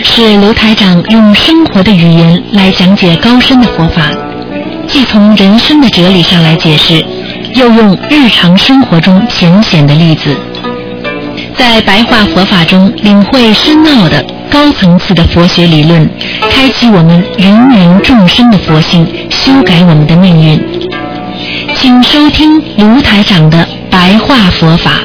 是卢台长用生活的语言来讲解高深的佛法，既从人生的哲理上来解释，又用日常生活中浅显的例子，在白话佛法中领会深奥的高层次的佛学理论，开启我们芸芸众生的佛性，修改我们的命运。请收听卢台长的白话佛法。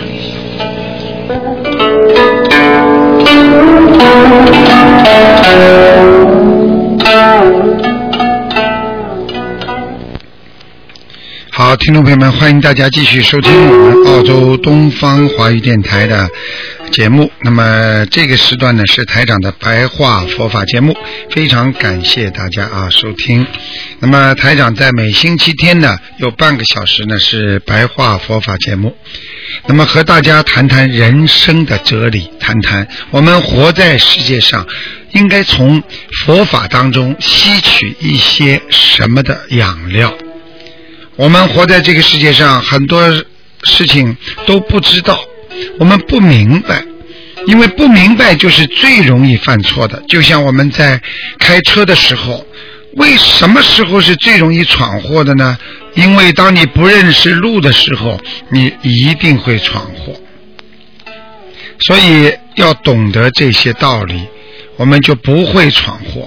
好，听众朋友们，欢迎大家继续收听我们澳洲东方华语电台的节目。那么这个时段呢是台长的白话佛法节目，非常感谢大家收听。那么台长在每星期天呢有半个小时呢是白话佛法节目，那么和大家谈谈人生的哲理，谈谈我们活在世界上应该从佛法当中吸取一些什么的养料。我们活在这个世界上，很多事情都不知道，我们不明白，因为不明白就是最容易犯错的。就像我们在开车的时候，为什么时候是最容易闯祸的呢？因为当你不认识路的时候，你一定会闯祸。所以要懂得这些道理，我们就不会闯祸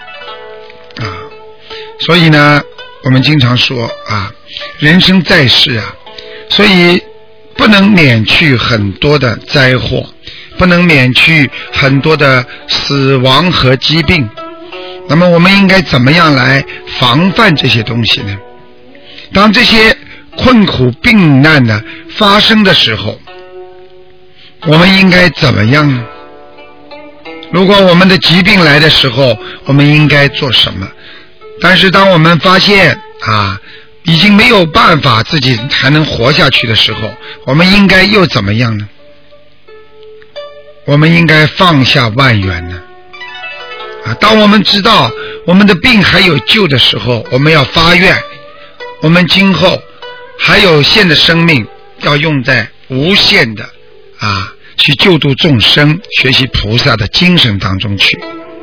所以呢我们经常说人生在世所以不能免去很多的灾祸，不能免去很多的死亡和疾病。那么我们应该怎么样来防范这些东西呢？当这些困苦病难呢发生的时候，我们应该怎么样呢？如果我们的疾病来的时候，我们应该做什么？但是当我们发现已经没有办法自己还能活下去的时候，我们应该又怎么样呢？我们应该放下万缘呢当我们知道我们的病还有救的时候，我们要发愿，我们今后还有限的生命要用在无限的去救度众生，学习菩萨的精神当中去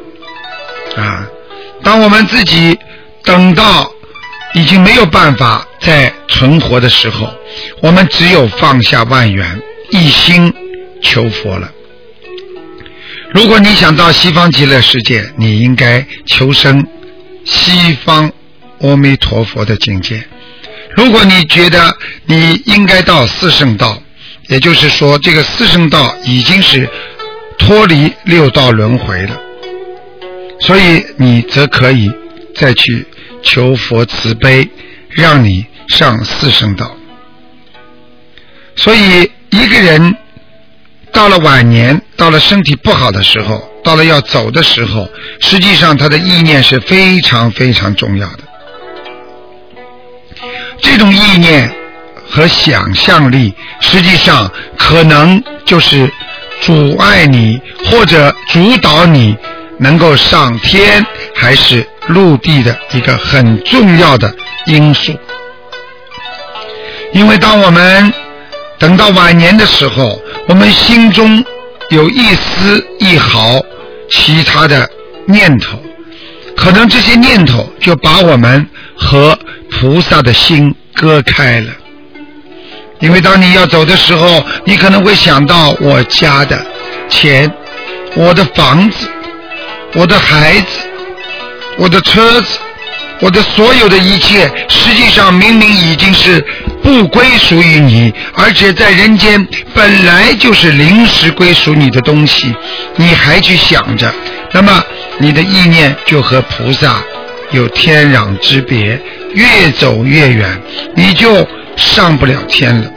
当我们自己等到已经没有办法再存活的时候，我们只有放下万缘，一心求佛了。如果你想到西方极乐世界，你应该求生西方阿弥陀佛的境界。如果你觉得你应该到四圣道，也就是说这个四圣道已经是脱离六道轮回了，所以你则可以再去求佛慈悲，让你上四圣道。所以一个人到了晚年，到了身体不好的时候，到了要走的时候，实际上他的意念是非常非常重要的。这种意念和想象力实际上可能就是阻碍你或者主导你能够上天还是陆地的一个很重要的因素。因为当我们等到晚年的时候，我们心中有一丝一毫其他的念头，可能这些念头就把我们和菩萨的心割开了。因为当你要走的时候，你可能会想到我家的钱，我的房子，我的孩子，我的车子，我的所有的一切，实际上明明已经是不归属于你，而且在人间本来就是临时归属你的东西，你还去想着，那么你的意念就和菩萨有天壤之别，越走越远，你就上不了天了。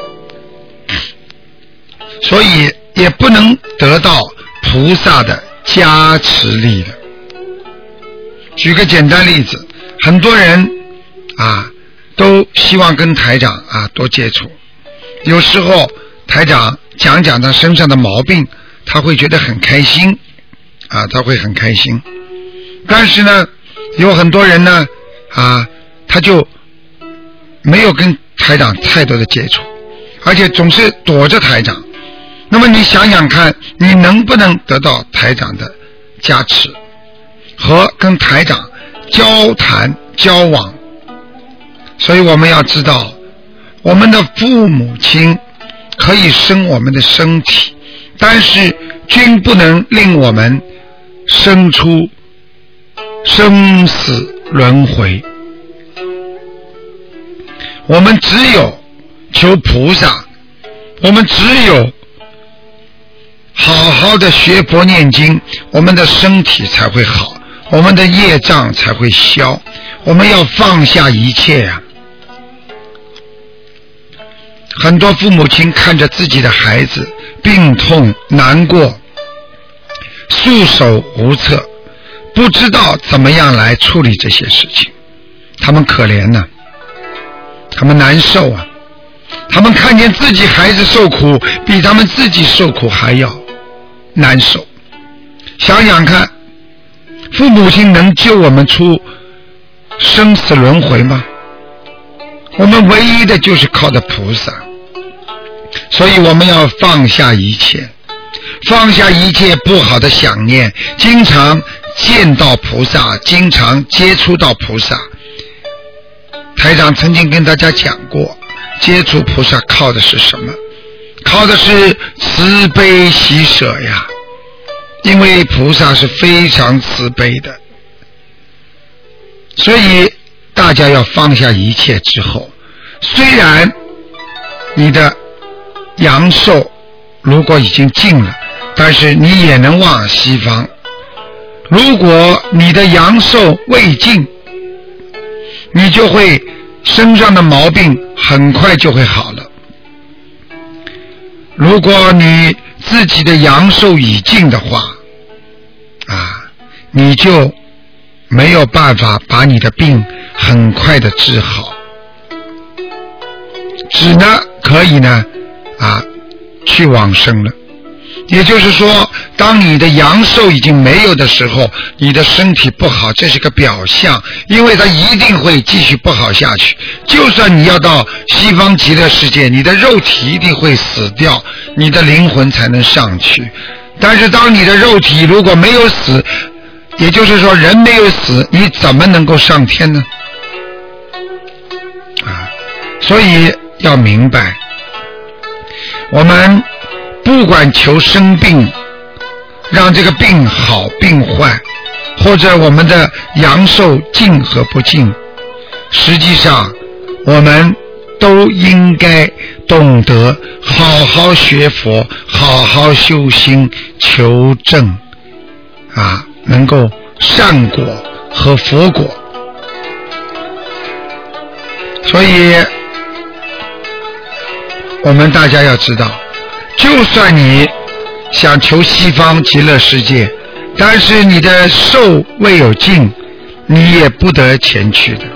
所以也不能得到菩萨的加持力的。举个简单例子，很多人都希望跟台长多接触，有时候台长讲他身上的毛病，他会觉得很开心他会很开心。但是呢有很多人呢他就没有跟台长太多的接触，而且总是躲着台长。那么你想想看，你能不能得到台长的加持和跟台长交谈交往。所以我们要知道，我们的父母亲可以生我们的身体，但是均不能令我们生出生死轮回。我们只有求菩萨，我们只有好好的学佛念经，我们的身体才会好，我们的业障才会消。我们要放下一切啊！很多父母亲看着自己的孩子病痛难过，束手无策，不知道怎么样来处理这些事情，他们可怜呢，他们难受啊，他们看见自己孩子受苦，比他们自己受苦还要难受。想想看，父母亲能救我们出生死轮回吗？我们唯一的就是靠着菩萨。所以我们要放下一切，放下一切不好的想念，经常见到菩萨，经常接触到菩萨。台长曾经跟大家讲过，接触菩萨靠的是什么？靠的是慈悲喜舍呀，因为菩萨是非常慈悲的。所以大家要放下一切之后，虽然你的阳寿如果已经尽了，但是你也能往西方。如果你的阳寿未尽，你就会身上的毛病很快就会好了。如果你自己的阳寿已尽的话你就没有办法把你的病很快的治好，只呢可以呢去往生了。也就是说，当你的阳寿已经没有的时候，你的身体不好，这是个表象，因为它一定会继续不好下去。就算你要到西方极乐世界，你的肉体一定会死掉，你的灵魂才能上去。但是当你的肉体如果没有死，也就是说人没有死，你怎么能够上天呢？所以要明白，我们不管求生病，让这个病好病坏，或者我们的阳寿尽和不尽，实际上我们都应该懂得好好学佛，好好修心，求证能够善果和佛果。所以我们大家要知道，就算你想求西方极乐世界，但是你的寿未有尽，你也不得前去的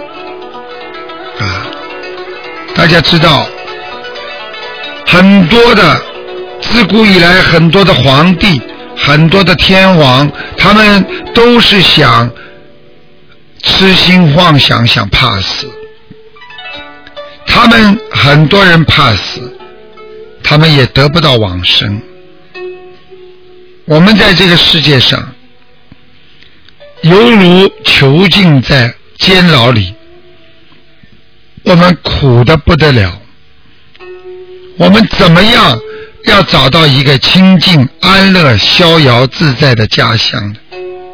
大家知道，很多的自古以来很多的皇帝，很多的天王，他们都是想痴心妄想，想怕死。他们很多人怕死，他们也得不到往生。我们在这个世界上犹如囚禁在监牢里，我们苦得不得了。我们怎么样要找到一个清净安乐逍遥自在的家乡呢？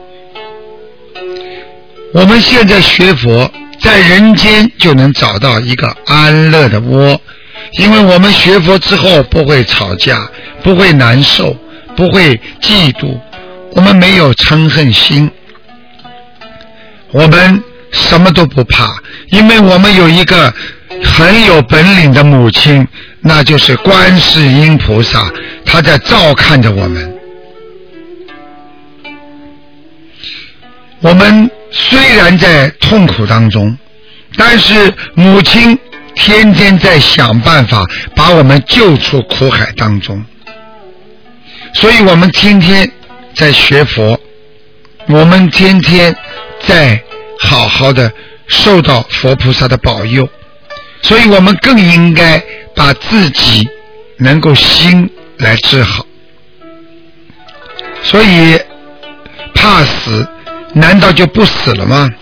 我们现在学佛，在人间就能找到一个安乐的窝，因为我们学佛之后不会吵架，不会难受，不会嫉妒，我们没有嗔恨心，我们什么都不怕，因为我们有一个很有本领的母亲，那就是观世音菩萨，她在照看着我们。我们虽然在痛苦当中，但是母亲天天在想办法把我们救出苦海当中。所以我们天天在学佛，我们天天在好好的受到佛菩萨的保佑，所以我们更应该把自己能够心来治好。所以怕死，难道就不死了吗？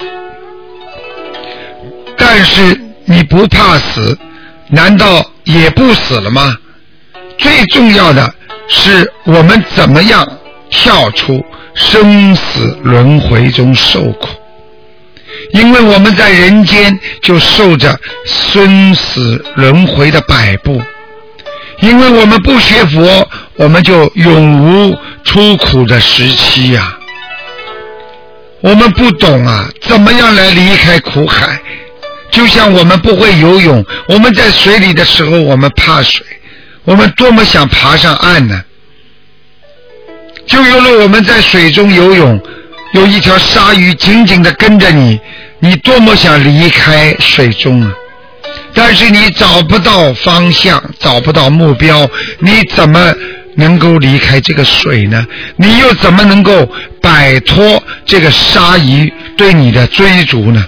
但是你不怕死，难道也不死了吗？最重要的是我们怎么样跳出生死轮回中受苦，因为我们在人间就受着生死轮回的摆布，因为我们不学佛，我们就永无出苦的时期呀。我们不懂啊，怎么样来离开苦海？就像我们不会游泳，我们在水里的时候我们怕水，我们多么想爬上岸呢？就有了我们在水中游泳，有一条鲨鱼紧紧地跟着你，你多么想离开水中啊！但是你找不到方向，找不到目标，你怎么能够离开这个水呢？你又怎么能够摆脱这个鲨鱼对你的追逐呢？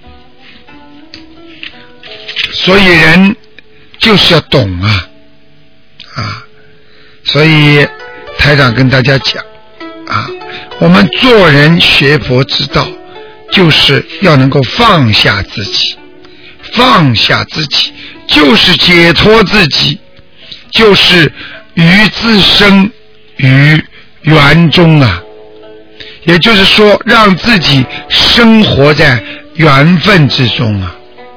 所以人就是要懂啊，所以台长跟大家讲啊，我们做人学佛之道，就是要能够放下自己，放下自己就是解脱自己，就是于自生于缘中啊，也就是说让自己生活在缘分之中啊。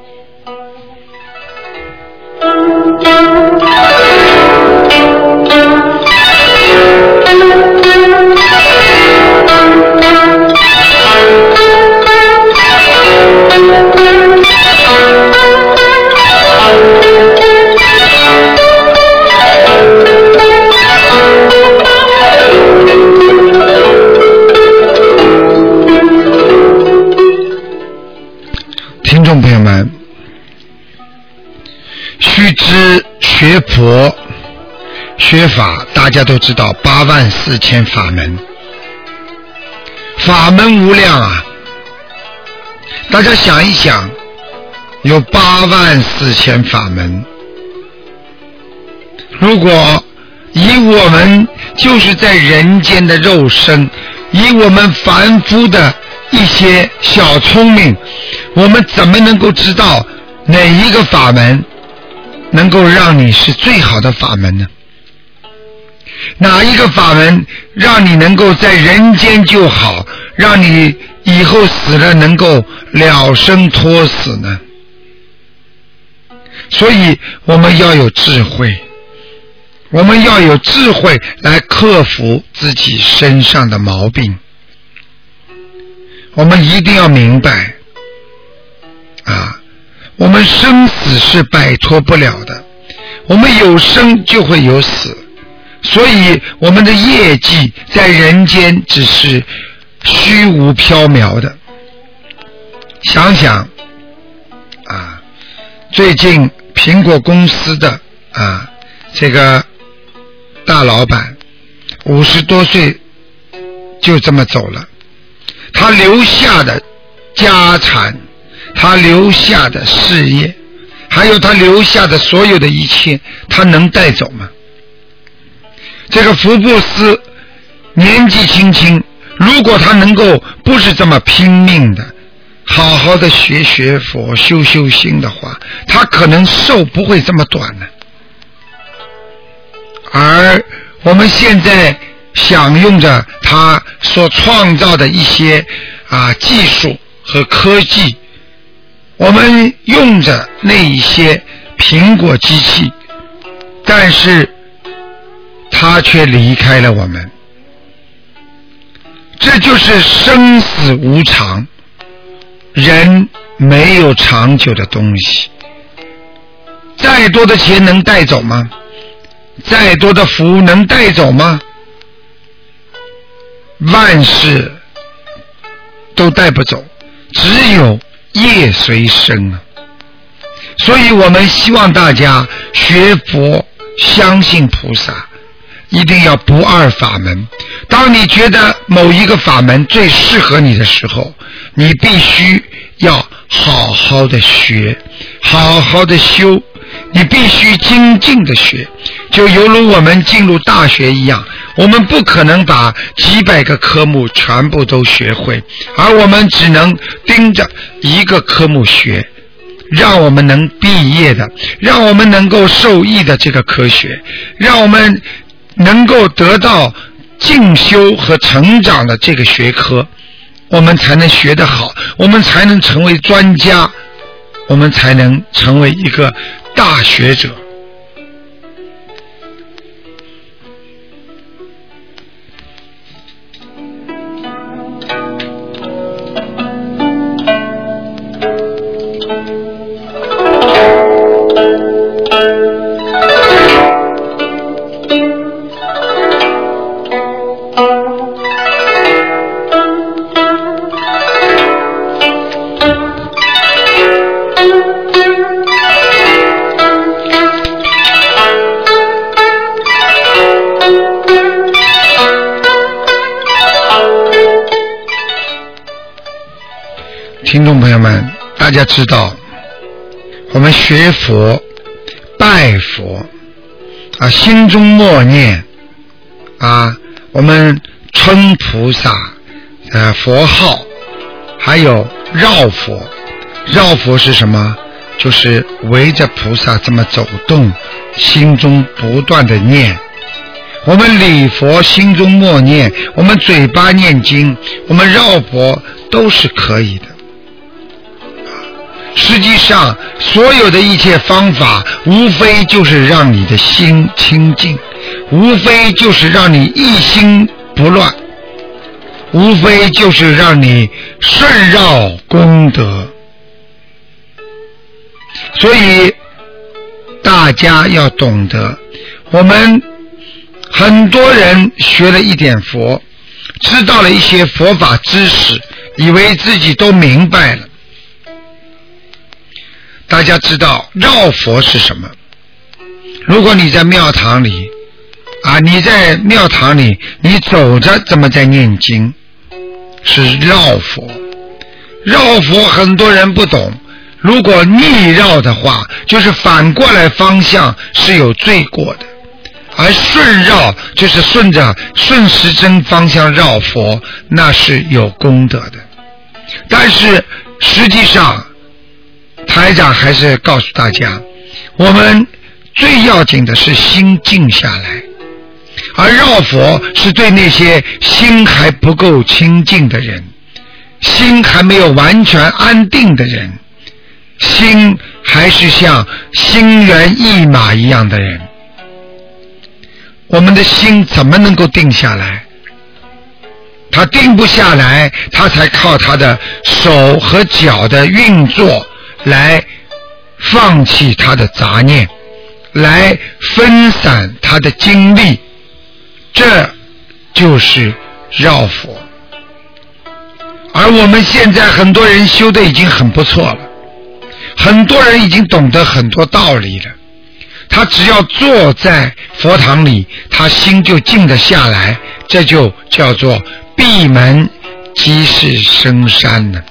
听众朋友们，须知学佛学法，大家都知道84000法门，法门无量啊。大家想一想，有84000法门，如果以我们就是在人间的肉身，以我们凡夫的一些小聪明，我们怎么能够知道哪一个法门能够让你是最好的法门呢？哪一个法门让你能够在人间就好，让你以后死了能够了生脱死呢？所以我们要有智慧，我们要有智慧来克服自己身上的毛病。我们一定要明白啊，我们生死是摆脱不了的，我们有生就会有死，所以我们的业绩在人间只是虚无缥缈的。想想啊，最近苹果公司的这个大老板50多岁就这么走了，他留下的家产，他留下的事业，还有他留下的所有的一切，他能带走吗？这个福布斯年纪轻轻，如果他能够不是这么拼命的好好的学佛修心的话，他可能寿不会这么短呢。而我们现在享用着他所创造的一些技术和科技，我们用着那一些苹果机器，但是他却离开了我们。这就是生死无常，人没有长久的东西。再多的钱能带走吗？再多的福能带走吗？万事都带不走，只有业随身啊。所以我们希望大家学佛，相信菩萨， 一定要不二法门。当你觉得某一个法门最适合你的时候，你必须要好好的学，好好的修，你必须精进的学，就犹如我们进入大学一样，我们不可能把几百个科目全部都学会，而我们只能盯着一个科目学，让我们能毕业的，让我们能够受益的这个科学，让我们能够得到进修和成长的这个学科，我们才能学得好，我们才能成为专家，我们才能成为一个大学者。听众朋友们，大家知道我们学佛拜佛心中默念我们称菩萨佛号，还有绕佛。绕佛是什么？就是围着菩萨这么走动，心中不断的念。我们礼佛心中默念，我们嘴巴念经，我们绕佛都是可以的。实际上所有的一切方法无非就是让你的心清净，无非就是让你一心不乱，无非就是让你顺绕功德。所以大家要懂得，我们很多人学了一点佛，知道了一些佛法知识，以为自己都明白了。大家知道绕佛是什么？如果你在庙堂里你在庙堂里你走着怎么在念经，是绕佛。绕佛很多人不懂，如果逆绕的话，就是反过来方向，是有罪过的，而顺绕就是顺着顺时针方向绕佛，那是有功德的。但是实际上台长还是告诉大家，我们最要紧的是心静下来，而绕佛是对那些心还不够清净的人，心还没有完全安定的人，心还是像心猿意马一样的人。我们的心怎么能够定下来？他定不下来，他才靠他的手和脚的运作来放弃他的杂念，来分散他的精力，这就是绕佛。而我们现在很多人修的已经很不错了，很多人已经懂得很多道理了，他只要坐在佛堂里，他心就静得下来，这就叫做闭门即是深山呢。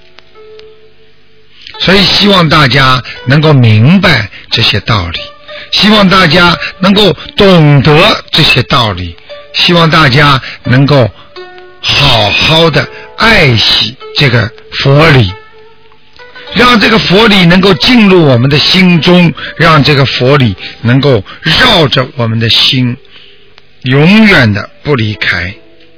所以希望大家能够明白这些道理，希望大家能够懂得这些道理，希望大家能够好好的爱惜这个佛理，让这个佛理能够进入我们的心中，让这个佛理能够绕着我们的心，永远的不离开。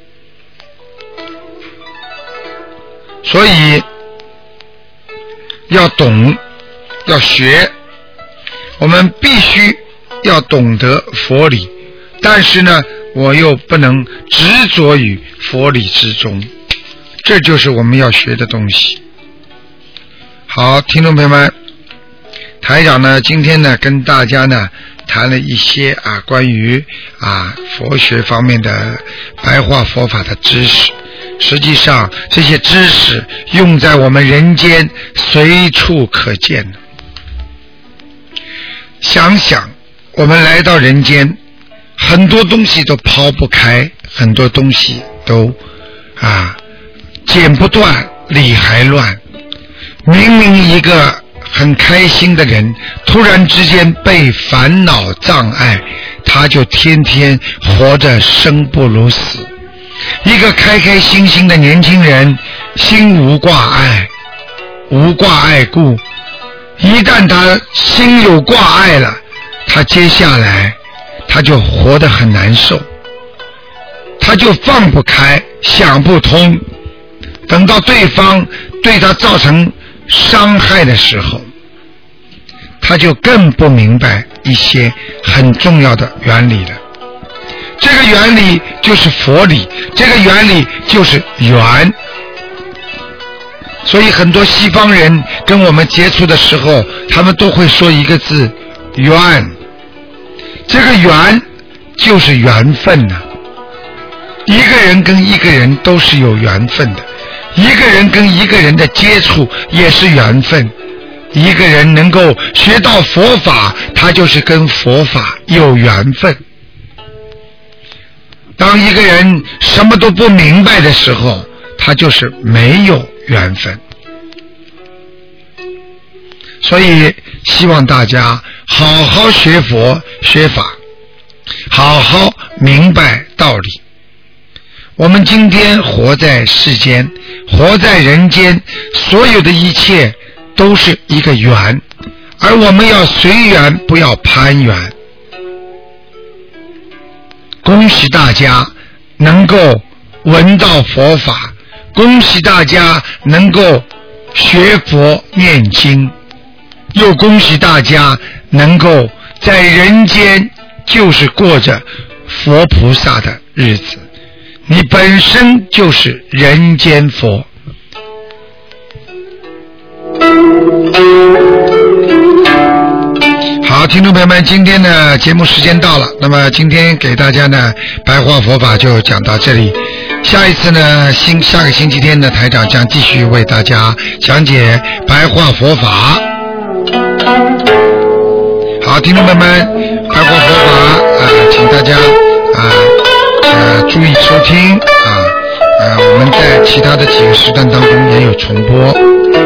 所以要懂，要学，我们必须要懂得佛理，但是呢，我又不能执着于佛理之中，这就是我们要学的东西。好，听众朋友们，台长呢今天呢跟大家呢谈了一些关于佛学方面的白话佛法的知识。实际上这些知识用在我们人间随处可见的。想想我们来到人间， 很多东西都抛不开，很多东西都剪不断，理还乱。明明一个很开心的人，突然之间被烦恼障碍，他就天天活着生不如死。一个开开心心的年轻人，心无挂碍，无挂碍故，一旦他心有挂碍了，他接下来他就活得很难受，他就放不开，想不通，等到对方对他造成伤害的时候，他就更不明白一些很重要的原理了。这个原理就是佛理，这个原理就是缘。所以很多西方人跟我们接触的时候，他们都会说一个字，缘。这个缘就是缘分呐。一个人跟一个人都是有缘分的，一个人跟一个人的接触也是缘分。一个人能够学到佛法，他就是跟佛法有缘分。当一个人什么都不明白的时候，他就是没有缘分。所以希望大家好好学佛学法，好好明白道理。我们今天活在世间，活在人间，所有的一切都是一个缘，而我们要随缘，不要攀缘。恭喜大家能够闻到佛法，恭喜大家能够学佛念经，又恭喜大家能够在人间就是过着佛菩萨的日子，你本身就是人间佛。好，听众朋友们，今天的节目时间到了，那么今天给大家呢白话佛法就讲到这里。下一次呢下个星期天呢，台长将继续为大家讲解白话佛法。好，听众朋友们，白话佛法请大家注意收听我们在其他的几个时段当中也有重播。